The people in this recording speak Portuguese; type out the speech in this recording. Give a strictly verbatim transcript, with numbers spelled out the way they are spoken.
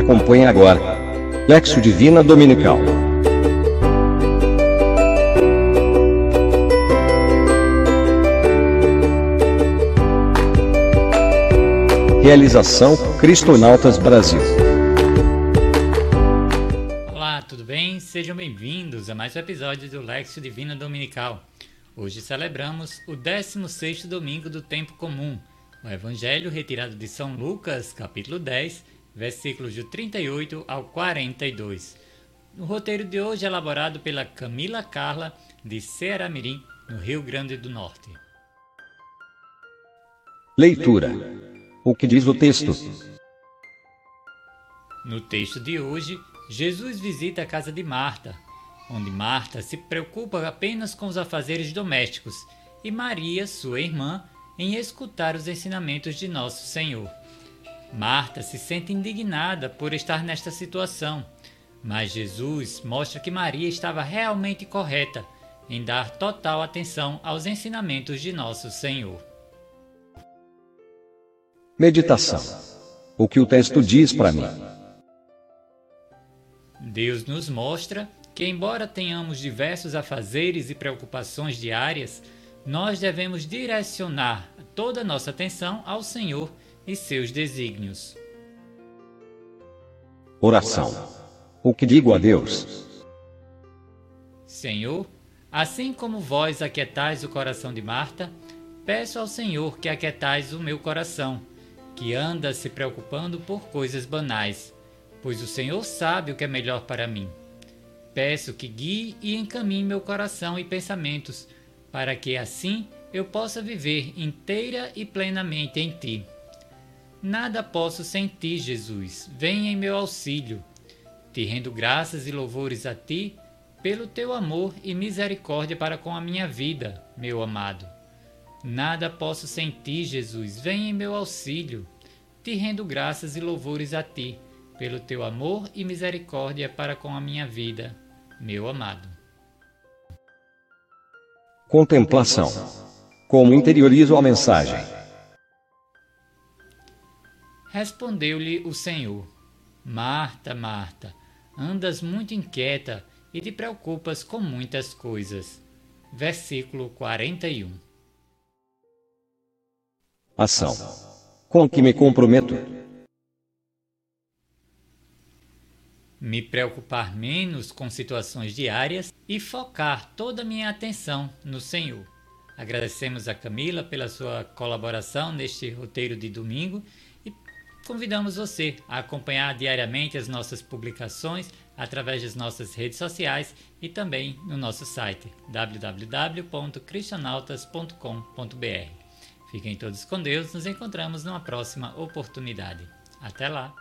Acompanhe agora. Lexio Divina Dominical. Realização Cristonautas Brasil. Olá, tudo bem? Sejam bem-vindos a mais um episódio do Lexio Divina Dominical. Hoje celebramos o décimo sexto domingo do Tempo Comum, o Evangelho retirado de São Lucas, capítulo dez, versículos de trinta e oito ao quarenta e dois. O roteiro de hoje é elaborado pela Camila Carla, de Ceará-Mirim, no Rio Grande do Norte. Leitura. O que diz o texto? No texto de hoje, Jesus visita a casa de Marta, onde Marta se preocupa apenas com os afazeres domésticos e Maria, sua irmã, em escutar os ensinamentos de Nosso Senhor. Marta se sente indignada por estar nesta situação, mas Jesus mostra que Maria estava realmente correta em dar total atenção aos ensinamentos de Nosso Senhor. Meditação. O que o texto diz para mim? Deus nos mostra que, embora tenhamos diversos afazeres e preocupações diárias, nós devemos direcionar toda a nossa atenção ao Senhor e seus desígnios. Oração. O que digo a Deus? Senhor, assim como vós aquietais o coração de Marta, peço ao Senhor que aquietais o meu coração, que anda se preocupando por coisas banais, pois o Senhor sabe o que é melhor para mim. Peço que guie e encaminhe meu coração e pensamentos, para que assim eu possa viver inteira e plenamente em Ti. Nada posso sem Ti, Jesus. Venha em meu auxílio. Te rendo graças e louvores a Ti, pelo Teu amor e misericórdia para com a minha vida, meu amado. Nada posso sem Ti, Jesus. Venha em meu auxílio. Te rendo graças e louvores a Ti, pelo Teu amor e misericórdia para com a minha vida, meu amado. Contemplação. Como interiorizo a mensagem? Respondeu-lhe o Senhor: Marta, Marta, andas muito inquieta e te preocupas com muitas coisas. Versículo quarenta e um. Ação. Com que me comprometo? Me preocupar menos com situações diárias e focar toda a minha atenção no Senhor. Agradecemos a Camila pela sua colaboração neste roteiro de domingo e convidamos você a acompanhar diariamente as nossas publicações através das nossas redes sociais e também no nosso site w w w ponto cristonautas ponto com ponto b r. Fiquem todos com Deus, nos encontramos numa próxima oportunidade. Até lá!